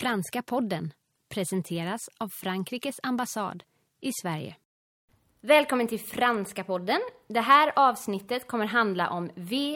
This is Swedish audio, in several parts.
Franska podden presenteras av Frankrikes ambassad i Sverige. Välkommen till Franska podden. Det här avsnittet kommer handla om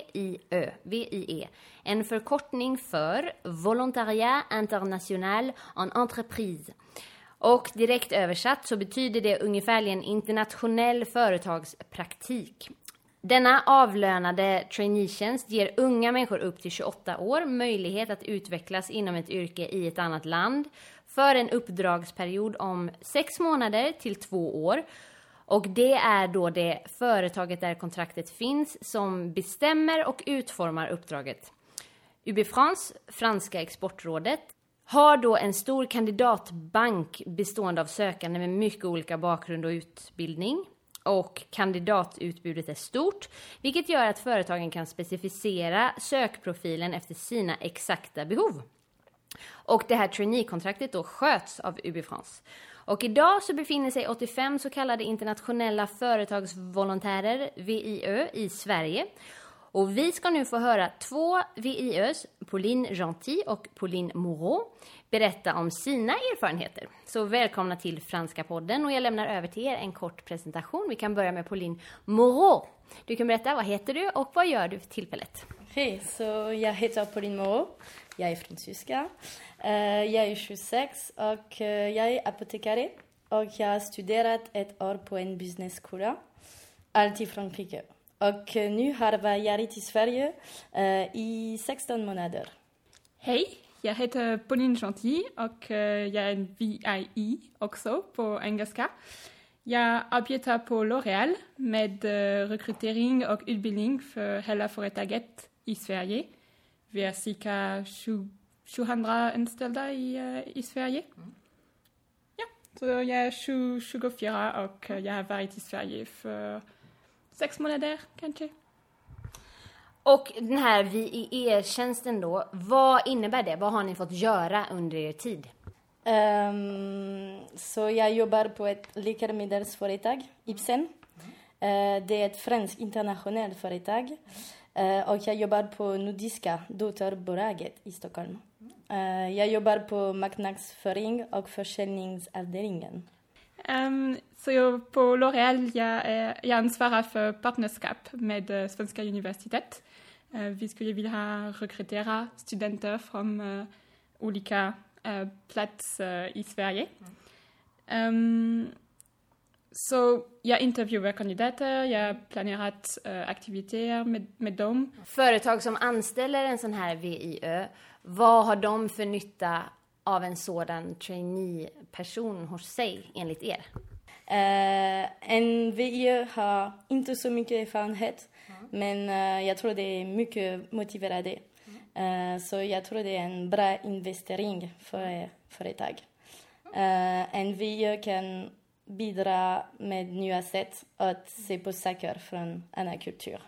VIE, en förkortning för Volontariat International en Entreprise. Och direkt översatt så betyder det ungefärligen internationell företagspraktik. Denna avlönade traineetjänst ger unga människor upp till 28 år möjlighet att utvecklas inom ett yrke i ett annat land för en uppdragsperiod om 6 månader till 2 år. Och det är då det företaget där kontraktet finns som bestämmer och utformar uppdraget. UB-France, franska exportrådet, har då en stor kandidatbank bestående av sökande med mycket olika bakgrund och utbildning. Och kandidatutbudet är stort, vilket gör att företagen kan specificera sökprofilen efter sina exakta behov. Och det här trainee-kontraktet då sköts av UB-France. Och idag så befinner sig 85 så kallade internationella företagsvolontärer, VIE, i Sverige. Och vi ska nu få höra 2 VIEs, Pauline Gentil och Pauline Moreau, berätta om sina erfarenheter. Så välkomna till Franska podden och jag lämnar över till er en kort presentation. Vi kan börja med Pauline Moreau. Du kan berätta, vad heter du och vad gör du för tillfället? Hej, så jag heter Pauline Moreau. Jag är fransyska. Jag är 26 och jag är apotekare. Och jag har studerat 1 år på en businessskola, allt i Frankrike. Och nu har jag varit i Sverige i 16 månader. Hej, jag heter Pauline Gentil och jag är en VIE också på engelska. Jag arbetar på L'Oréal med rekrytering och utbildning för hela företaget i Sverige. Vi är cirka 700 anställda i Sverige. Ja, så jag är 24 och jag har varit i Sverige för 6 månader kanske. Och den här VIE-tjänsten då, vad innebär det? Vad har ni fått göra under er tid? Så jag jobbar på ett läkemedelsföretag, Ipsen. Det är ett franskt internationellt företag. Och jag jobbar på Nordiska dotterbolaget i Stockholm. Jag jobbar på marknadsföring och försäljningsavdelningen. Så på L'Oréal jag ansvarar för partnerskap med Svenska universitet. Vi skulle vilja rekrytera studenter från olika platser i Sverige. Så jag intervjuar kandidater, jag har planerat aktiviteter med dem. Företag som anställer en sån här VIE, vad har de för nytta av en sådan trainee-person hos sig enligt er? En VIE har inte så mycket erfarenhet, men jag tror det är mycket motiverade. Så jag tror det är en bra investering för företag. En VIE kan bidra med nya sätt att se på saker från annan kultur.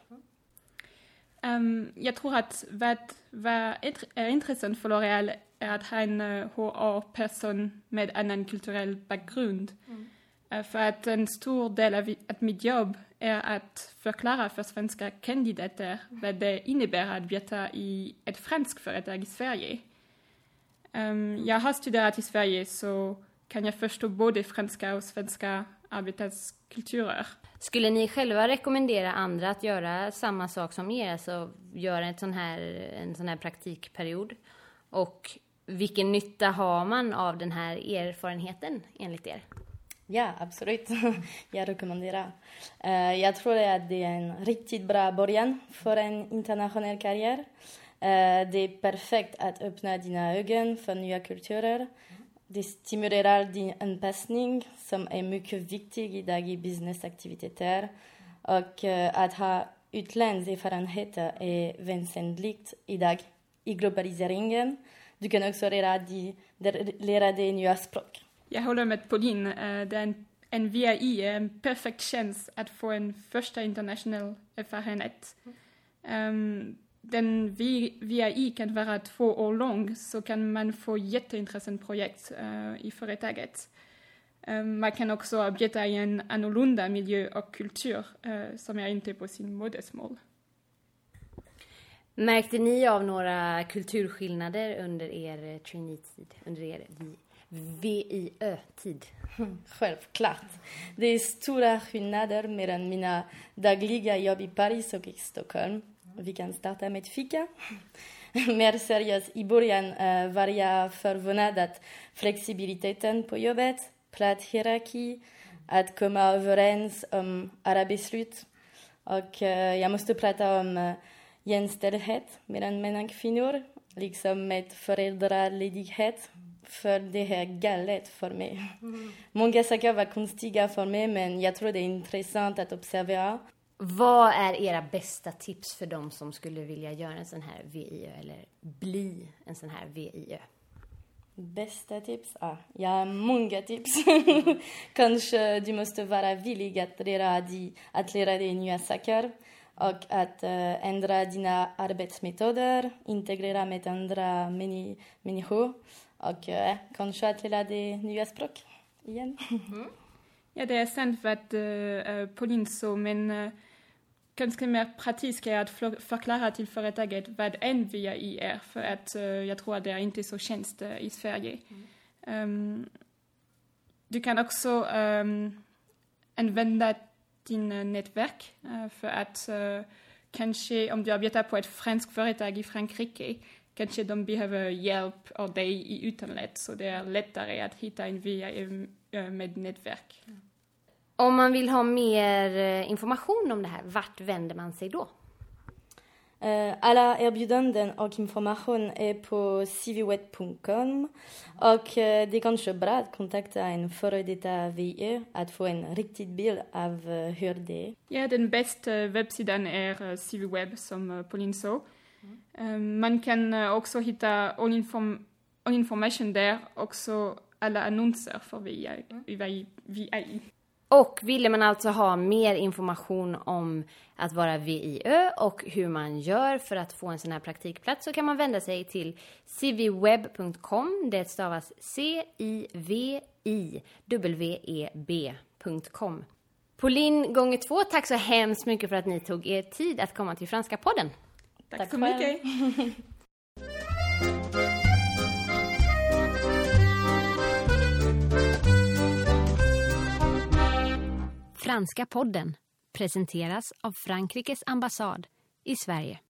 Jag tror att vad är intressant för L'Oréal är att ha en HR-person med annan kulturell bakgrund. För att en stor del av mitt jobb är att förklara för svenska kandidater vad det innebär att arbeta i ett franskt företag i Sverige. Jag har studerat i Sverige så kan jag förstå både franska och svenska arbetarskulturer. Skulle ni själva rekommendera andra att göra samma sak som er, alltså göra en sån här praktikperiod? Och vilken nytta har man av den här erfarenheten enligt er? Ja, absolut. Jag rekommenderar. Jag tror att det är en riktigt bra början för en internationell karriär. Det är perfekt att öppna dina ögon för nya kulturer. Det stimulerar din anpassning som är mycket viktig idag i businessaktiviteter. Och att ha utlandserfarenheter är väsentligt idag i globaliseringen. Du kan också lära dig nya språk. Jag håller med Pauline. Det är en VIE, en perfekt chans att få en första internationell erfarenhet. Den VIE kan vara 2 år lång, så kan man få jätteintressant projekt i företaget. Man kan också arbeta i en annorlunda miljö och kultur som är inte på sin modersmål. Märkte ni av några kulturskillnader under er trainee-tid, under er VIÖ-tid? Självklart. Det är stora skillnader mellan mina dagliga jobb i Paris och i Stockholm. Vi kan starta med fika. Mer seriöst, i början var jag förvånad att flexibiliteten på jobbet, platt hierarki, att komma överens om arbetslut. Och jag måste prata om jämställdhet mellan män och kvinnor, liksom med föräldraledighet. För det är galet för mig. Många saker var konstiga för mig, men jag tror det är intressant att observera. Vad är era bästa tips för dem som skulle vilja göra en sån här VIÖ eller bli en sån här VIÖ? Bästa tips? Jag har många tips. Kanske du måste vara villig att lära dig nya saker och att ändra dina arbetsmetoder, integrera med andra människor och kanske att lära dig nya språk igen. Ja, det är sant vad Pauline sa, men ganska mer praktiskt är att förklara till företaget vad en VII är, för att jag tror att det är inte så känt i Sverige. Du kan också använda din nätverk för att kanske om du arbetar på ett franskt företag i Frankrike, kanske de behöver hjälp av dig i utlandet, så det är lättare att hitta en VII med nätverk. Om man vill ha mer information om det här, vart vänder man sig då? Alla erbjudanden och information är på cvweb.com och det är kanske bra att kontakta en före detta VIÖ att få en riktig bild av hur det är. Ja, den bästa webbsidan är CVWeb, som Pauline sa. Man kan också hitta all information där, också alla annonser för VII. Och ville man alltså ha mer information om att vara VIÖ och hur man gör för att få en sån här praktikplats, så kan man vända sig till cvweb.com. Det stavas CIVIWEB.com. Pauline gånger 2, tack så hemskt mycket för att ni tog er tid att komma till Franska podden. Tack så mycket. Franska podden presenteras av Frankrikes ambassad i Sverige.